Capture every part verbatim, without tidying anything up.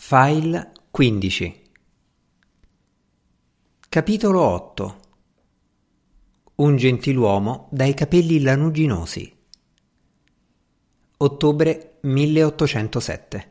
File quindici. Capitolo otto. Un gentiluomo dai capelli lanuginosi. Ottobre milleottocentosette.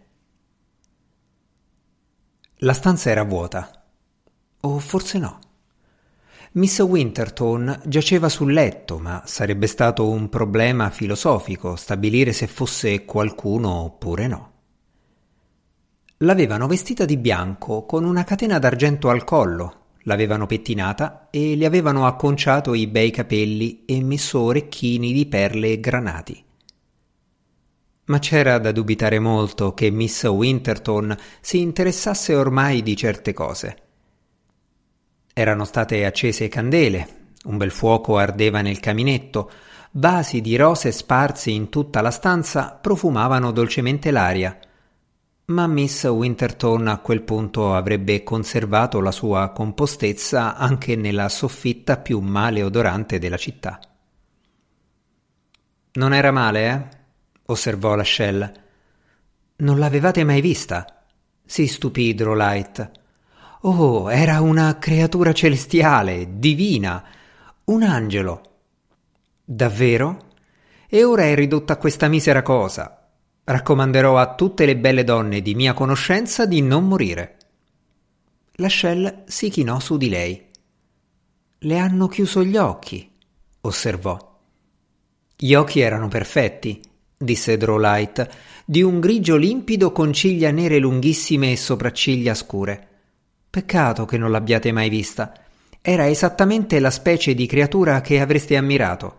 La stanza era vuota. O forse no. Miss Winterton giaceva sul letto, ma sarebbe stato un problema filosofico stabilire se fosse qualcuno oppure no. L'avevano vestita di bianco con una catena d'argento al collo, l'avevano pettinata e le avevano acconciato i bei capelli e messo orecchini di perle e granati. Ma c'era da dubitare molto che Miss Winterton si interessasse ormai di certe cose. Erano state accese candele, un bel fuoco ardeva nel caminetto, vasi di rose sparsi in tutta la stanza profumavano dolcemente l'aria. Ma Miss Winterton a quel punto avrebbe conservato la sua compostezza anche nella soffitta più maleodorante della città. «Non era male, eh?» osservò Lascelles. «Non l'avevate mai vista?» si stupì Drolight. «Oh, era una creatura celestiale, divina, un angelo!» «Davvero? E ora è ridotta a questa misera cosa. Raccomanderò a tutte le belle donne di mia conoscenza di non morire». Lascelles si chinò su di lei. «Le hanno chiuso gli occhi», osservò. «Gli occhi erano perfetti», disse Drolight, «di un grigio limpido con ciglia nere lunghissime e sopracciglia scure. Peccato che non l'abbiate mai vista. Era esattamente la specie di creatura che avreste ammirato».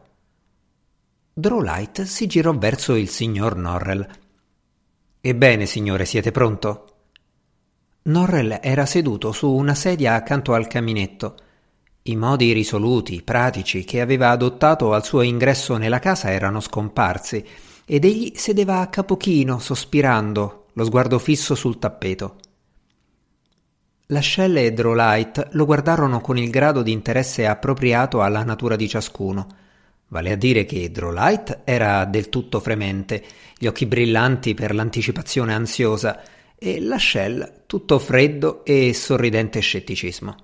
Drolight si girò verso il signor Norrell. «Ebbene, signore, siete pronto?» Norrell era seduto su una sedia accanto al caminetto. I modi risoluti, pratici che aveva adottato al suo ingresso nella casa erano scomparsi ed egli sedeva a capo chino, sospirando, lo sguardo fisso sul tappeto. Lascelles e Drolight lo guardarono con il grado di interesse appropriato alla natura di ciascuno. Vale a dire che Drolight era del tutto fremente, gli occhi brillanti per l'anticipazione ansiosa, e Lascelles tutto freddo e sorridente scetticismo.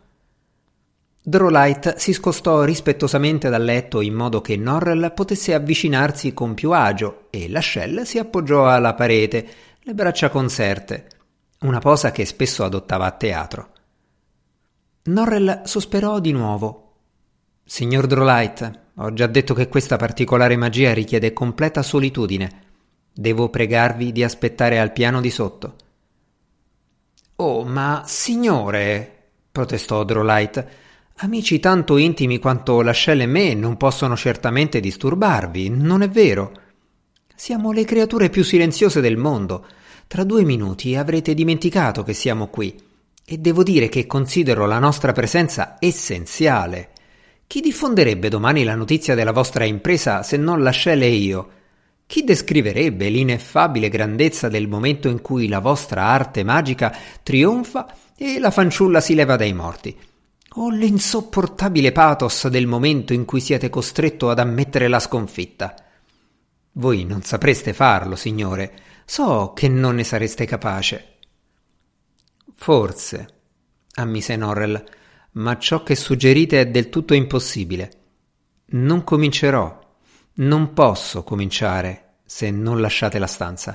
Drolight si scostò rispettosamente dal letto in modo che Norrell potesse avvicinarsi con più agio e Lascelles si appoggiò alla parete, le braccia conserte, una posa che spesso adottava a teatro. Norrell sospirò di nuovo. «Signor Drolight, ho già detto che questa particolare magia richiede completa solitudine. Devo pregarvi di aspettare al piano di sotto». «Oh, ma signore», protestò Drolight, «amici tanto intimi quanto Lascelles e me non possono certamente disturbarvi, non è vero? Siamo le creature più silenziose del mondo. Tra due minuti avrete dimenticato che siamo qui e devo dire che considero la nostra presenza essenziale. Chi diffonderebbe domani la notizia della vostra impresa se non Lascelles e io? Chi descriverebbe l'ineffabile grandezza del momento in cui la vostra arte magica trionfa e la fanciulla si leva dai morti? O l'insopportabile pathos del momento in cui siete costretto ad ammettere la sconfitta? Voi non sapreste farlo, signore. So che non ne sareste capace». «Forse», ammise Norrell, «ma ciò che suggerite è del tutto impossibile. Non comincerò, non posso cominciare se non lasciate la stanza».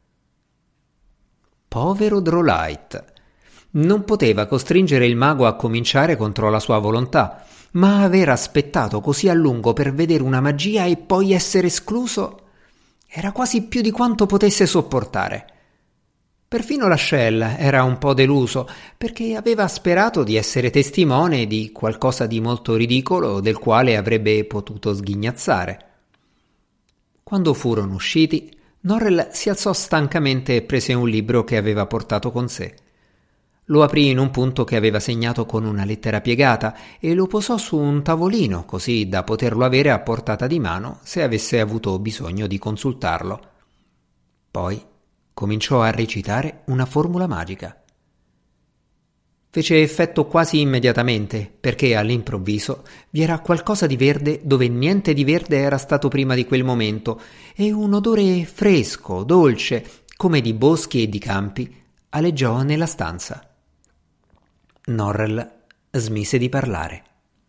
Povero Drolight! Non poteva costringere il mago a cominciare contro la sua volontà, ma aver aspettato così a lungo per vedere una magia e poi essere escluso era quasi più di quanto potesse sopportare. Perfino Lascelles era un po' deluso, perché aveva sperato di essere testimone di qualcosa di molto ridicolo del quale avrebbe potuto sghignazzare. Quando furono usciti, Norrell si alzò stancamente e prese un libro che aveva portato con sé. Lo aprì in un punto che aveva segnato con una lettera piegata e lo posò su un tavolino così da poterlo avere a portata di mano se avesse avuto bisogno di consultarlo. Poi cominciò a recitare una formula magica. Fece effetto quasi immediatamente, perché all'improvviso vi era qualcosa di verde dove niente di verde era stato prima di quel momento, e un odore fresco, dolce, come di boschi e di campi, Aleggiò nella stanza. Norrell smise di parlare.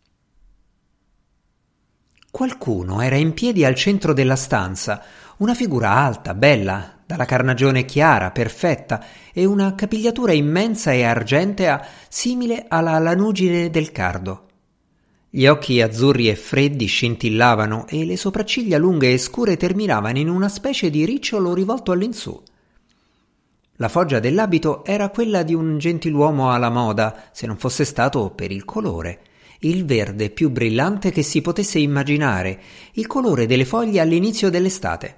Qualcuno era in piedi al centro della stanza, una figura alta, bella, dalla carnagione chiara, perfetta, e una capigliatura immensa e argentea simile alla lanugine del cardo. Gli occhi azzurri e freddi scintillavano e le sopracciglia lunghe e scure terminavano in una specie di ricciolo rivolto all'insù. La foggia dell'abito era quella di un gentiluomo alla moda, se non fosse stato per il colore, il verde più brillante che si potesse immaginare, il colore delle foglie all'inizio dell'estate.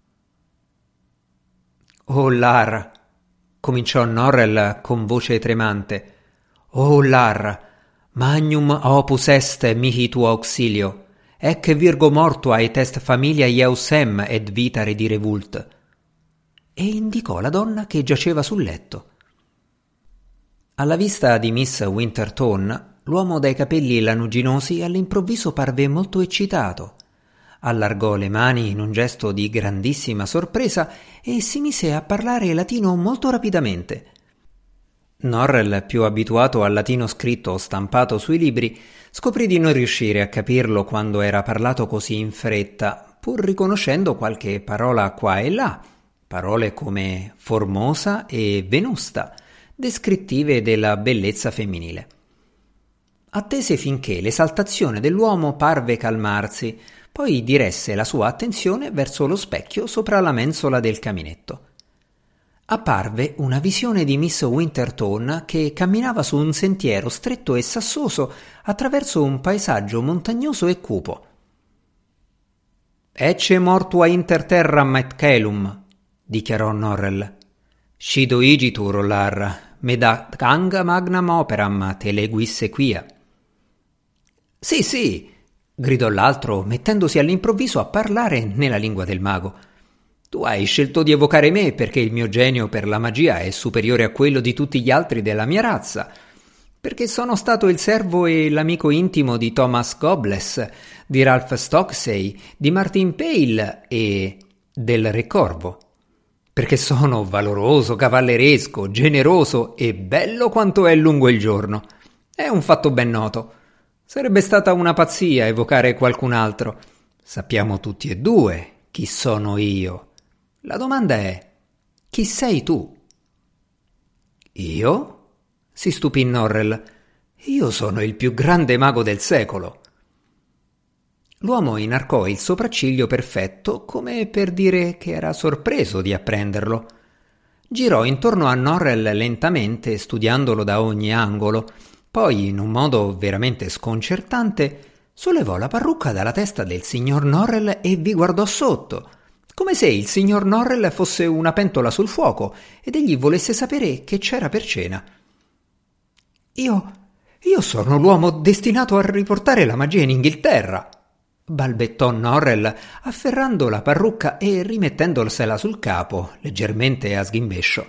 «Oh, Lar!» cominciò Norrell con voce tremante. «Oh, Lar! Magnum opus est mihi tuo auxilio, ec virgo mortua et est familia Ieusem et vita redire vult». E indicò la donna che giaceva sul letto. Alla vista di Miss Winterton, l'uomo dai capelli lanuginosi all'improvviso parve molto eccitato. Allargò le mani in un gesto di grandissima sorpresa e si mise a parlare latino molto rapidamente. Norrell, più abituato al latino scritto o stampato sui libri, scoprì di non riuscire a capirlo quando era parlato così in fretta, pur riconoscendo qualche parola qua e là, parole come formosa e venusta, descrittive della bellezza femminile. Attese finché l'esaltazione dell'uomo parve calmarsi, poi diresse la sua attenzione verso lo specchio sopra la mensola del caminetto. Apparve una visione di Miss Winterton che camminava su un sentiero stretto e sassoso attraverso un paesaggio montagnoso e cupo. «Ecce mortua inter terram et caelum», dichiarò Norrell. «Scido igitur, Lar, medat anga magnam operam te leguisse quia». «Sì, sì», gridò l'altro, mettendosi all'improvviso a parlare nella lingua del mago. «Tu hai scelto di evocare me perché il mio genio per la magia è superiore a quello di tutti gli altri della mia razza, perché sono stato il servo e l'amico intimo di Thomas Gobles, di Ralph Stocksey, di Martin Pale e del Re Corvo, perché sono valoroso, cavalleresco, generoso e bello quanto è lungo il giorno. È un fatto ben noto. Sarebbe stata una pazzia evocare qualcun altro. Sappiamo tutti e due chi sono io. La domanda è: chi sei tu?» «Io?» si stupì Norrell. «Io sono il più grande mago del secolo». L'uomo inarcò il sopracciglio perfetto come per dire che era sorpreso di apprenderlo. Girò intorno a Norrell lentamente, studiandolo da ogni angolo. Poi, in un modo veramente sconcertante, sollevò la parrucca dalla testa del signor Norrell e vi guardò sotto, come se il signor Norrell fosse una pentola sul fuoco ed egli volesse sapere che c'era per cena. «Io... io sono l'uomo destinato a riportare la magia in Inghilterra», balbettò Norrell, afferrando la parrucca e rimettendosela sul capo, leggermente a sghimbescio.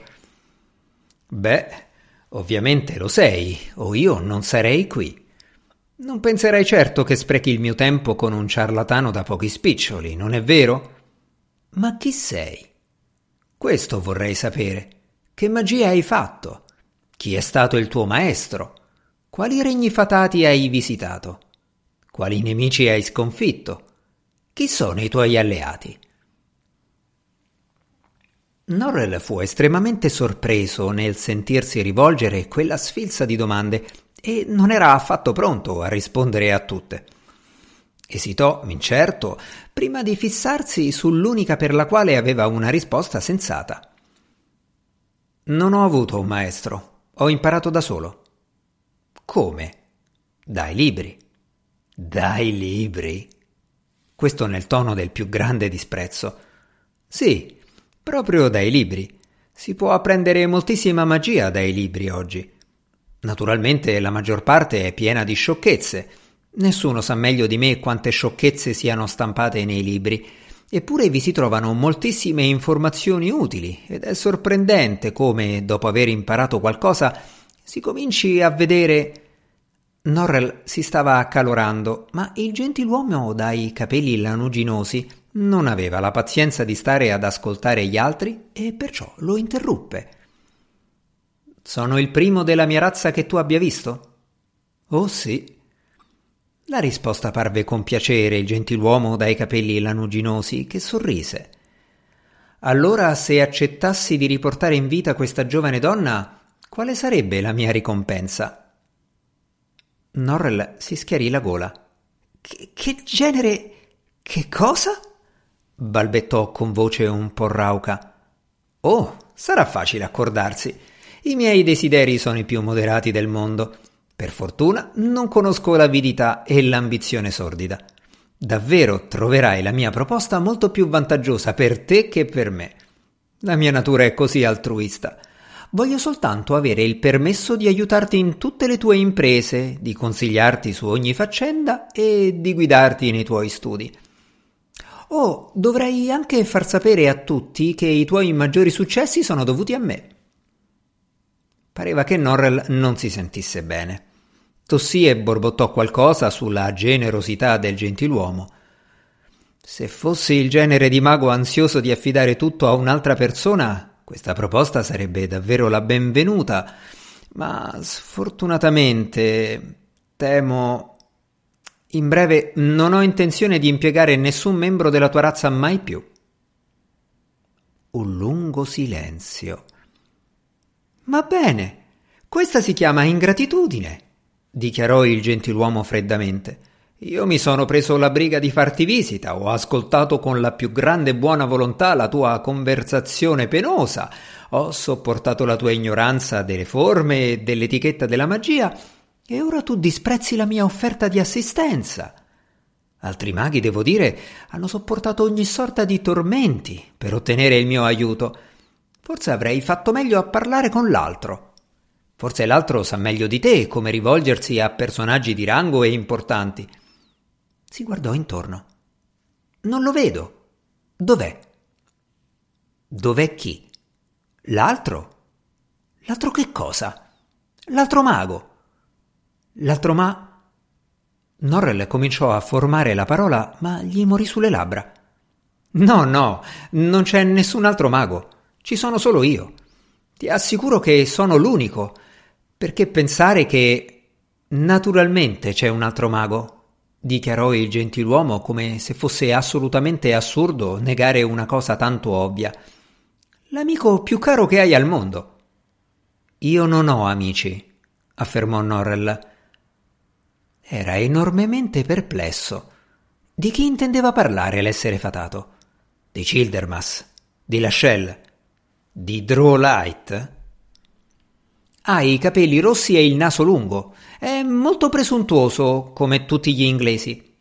«Beh, ovviamente lo sei, o io non sarei qui. Non penserai certo che sprechi il mio tempo con un ciarlatano da pochi spiccioli, non è vero? Ma chi sei? Questo vorrei sapere. Che magia hai fatto? Chi è stato il tuo maestro? Quali regni fatati hai visitato? Quali nemici hai sconfitto? Chi sono i tuoi alleati?» Norrell fu estremamente sorpreso nel sentirsi rivolgere quella sfilza di domande e non era affatto pronto a rispondere a tutte. Esitò, incerto, prima di fissarsi sull'unica per la quale aveva una risposta sensata. «Non ho avuto un maestro, ho imparato da solo». «Come?» «Dai libri». «Dai libri?» Questo nel tono del più grande disprezzo. «Sì, proprio dai libri. Si può apprendere moltissima magia dai libri oggi. Naturalmente la maggior parte è piena di sciocchezze. Nessuno sa meglio di me quante sciocchezze siano stampate nei libri, eppure vi si trovano moltissime informazioni utili ed è sorprendente come, dopo aver imparato qualcosa, si cominci a vedere...» Norrell si stava accalorando, ma il gentiluomo dai capelli lanuginosi non aveva la pazienza di stare ad ascoltare gli altri e perciò lo interruppe. Sono il primo della mia razza che tu abbia visto? Oh sì. La risposta parve compiacere il gentiluomo dai capelli lanuginosi, che sorrise. Allora, se accettassi di riportare in vita questa giovane donna, quale sarebbe la mia ricompensa? Norrell si schiarì la gola. Che, che genere... che cosa? Balbettò con voce un po' rauca. Oh, sarà facile accordarsi. I miei desideri sono i più moderati del mondo. Per fortuna non conosco l'avidità e l'ambizione sordida. Davvero troverai la mia proposta molto più vantaggiosa per te che per me. La mia natura è così altruista. Voglio soltanto avere il permesso di aiutarti in tutte le tue imprese, di consigliarti su ogni faccenda e di guidarti nei tuoi studi. Oh, dovrei anche far sapere a tutti che i tuoi maggiori successi sono dovuti a me. Pareva che Norrell non si sentisse bene. Tossì e borbottò qualcosa sulla generosità del gentiluomo. Se fossi il genere di mago ansioso di affidare tutto a un'altra persona, questa proposta sarebbe davvero la benvenuta, ma sfortunatamente temo... In breve, non ho intenzione di impiegare nessun membro della tua razza mai più. Un lungo silenzio. Va bene, questa si chiama ingratitudine, dichiarò il gentiluomo freddamente. Io mi sono preso la briga di farti visita, ho ascoltato con la più grande buona volontà la tua conversazione penosa, ho sopportato la tua ignoranza delle forme e dell'etichetta della magia, e ora tu disprezzi la mia offerta di assistenza. Altri maghi, devo dire, hanno sopportato ogni sorta di tormenti per ottenere il mio aiuto. Forse avrei fatto meglio a parlare con l'altro. Forse l'altro sa meglio di te come rivolgersi a personaggi di rango e importanti. Si guardò intorno. Non lo vedo. Dov'è? Dov'è chi? L'altro? L'altro che cosa? L'altro mago. L'altro ma... Norrell cominciò a formare la parola, ma gli morì sulle labbra. No, no, non c'è nessun altro mago. Ci sono solo io. Ti assicuro che sono l'unico. Perché pensare che... Naturalmente c'è un altro mago, dichiarò il gentiluomo come se fosse assolutamente assurdo negare una cosa tanto ovvia. L'amico più caro che hai al mondo. Io non ho amici, affermò Norrell. Era enormemente perplesso. Di chi intendeva parlare l'essere fatato? Di Childermas? Di Lachelle? Di Drolight? Ha i capelli rossi e il naso lungo. È molto presuntuoso, come tutti gli inglesi.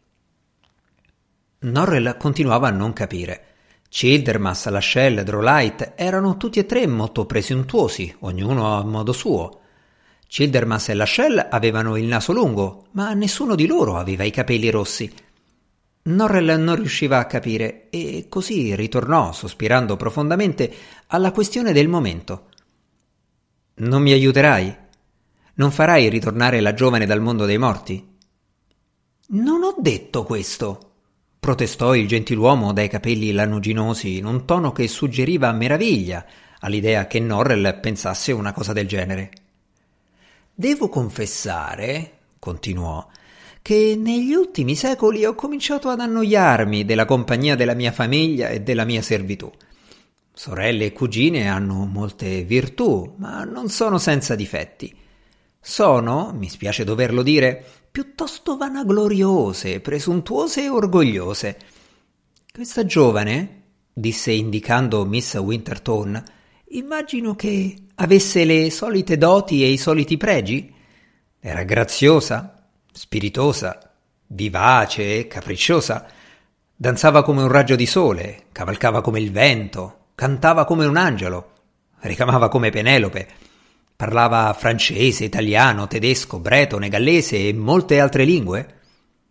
Norrell continuava a non capire. Childermas, Lachelle, Drolight erano tutti e tre molto presuntuosi, ognuno a modo suo. Childermas e Lachelle avevano il naso lungo, ma nessuno di loro aveva i capelli rossi. Norrell non riusciva a capire e così ritornò, sospirando profondamente, alla questione del momento. Non mi aiuterai? Non farai ritornare la giovane dal mondo dei morti? Non ho detto questo, protestò il gentiluomo dai capelli lanuginosi in un tono che suggeriva meraviglia all'idea che Norrell pensasse una cosa del genere. Devo confessare, continuò, che negli ultimi secoli ho cominciato ad annoiarmi della compagnia della mia famiglia e della mia servitù. Sorelle e cugine hanno molte virtù, ma non sono senza difetti. Sono, mi spiace doverlo dire, piuttosto vanagloriose, presuntuose e orgogliose. Questa giovane, disse indicando Miss Winterton, immagino che avesse le solite doti e i soliti pregi. Era graziosa, spiritosa, vivace e capricciosa. Danzava come un raggio di sole, cavalcava come il vento, cantava come un angelo, ricamava come Penelope, parlava francese, italiano, tedesco, bretone, gallese e molte altre lingue.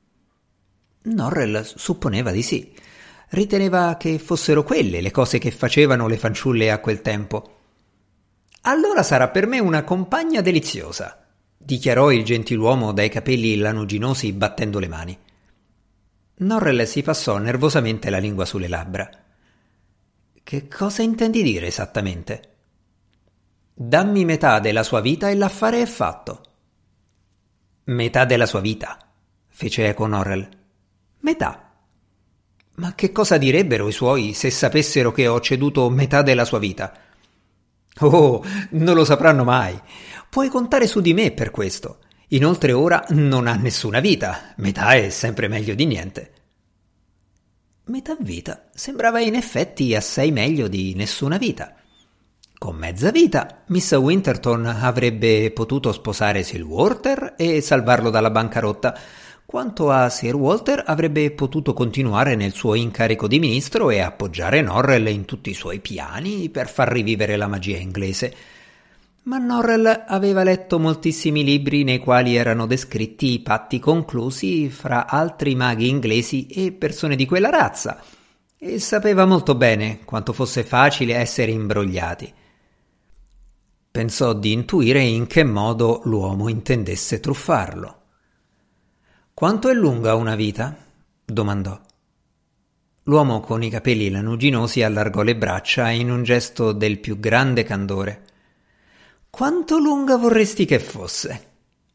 Norrell supponeva di sì. Riteneva che fossero quelle le cose che facevano le fanciulle a quel tempo. Allora sarà per me una compagna deliziosa, dichiarò il gentiluomo dai capelli lanuginosi battendo le mani. Norrell si passò nervosamente la lingua sulle labbra. Che cosa intendi dire esattamente? Dammi metà della sua vita e l'affare è fatto. Metà della sua vita, fece eco Norrell. Metà. Ma che cosa direbbero i suoi se sapessero che ho ceduto metà della sua vita? Oh, non lo sapranno mai. Puoi contare su di me per questo. Inoltre ora non ha nessuna vita. Metà è sempre meglio di niente. Metà vita sembrava in effetti assai meglio di nessuna vita. Con mezza vita, miss Winterton avrebbe potuto sposare Sir Walter e salvarlo dalla bancarotta. Quanto a Sir Walter, avrebbe potuto continuare nel suo incarico di ministro e appoggiare Norrell in tutti i suoi piani per far rivivere la magia inglese. Ma Norrell aveva letto moltissimi libri nei quali erano descritti i patti conclusi fra altri maghi inglesi e persone di quella razza, e sapeva molto bene quanto fosse facile essere imbrogliati. Pensò di intuire in che modo l'uomo intendesse truffarlo. «Quanto è lunga una vita?» domandò. L'uomo con i capelli lanuginosi allargò le braccia in un gesto del più grande candore. «Quanto lunga vorresti che fosse?»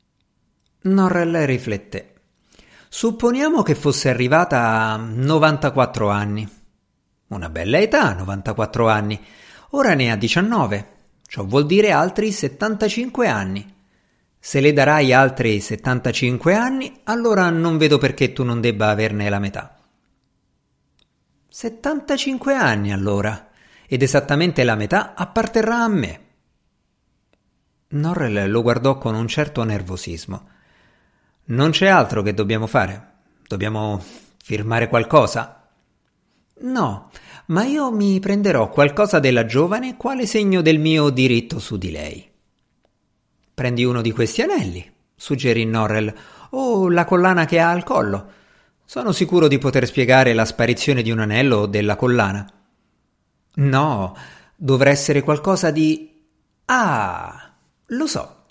Norrell rifletté. «Supponiamo che fosse arrivata a novantaquattro anni. Una bella età, novantaquattro anni. Ora ne ha diciannove. Ciò vuol dire altri settantacinque anni. Se le darai altri settantacinque anni, allora non vedo perché tu non debba averne la metà». settantacinque anni allora, ed esattamente la metà apparterrà a me. Norrell lo guardò con un certo nervosismo. «Non c'è altro che dobbiamo fare? Dobbiamo firmare qualcosa?» «No, ma io mi prenderò qualcosa della giovane quale segno del mio diritto su di lei». «Prendi uno di questi anelli», suggerì Norrell, «o la collana che ha al collo. Sono sicuro di poter spiegare la sparizione di un anello o della collana». «No, dovrà essere qualcosa di... Ah, lo so.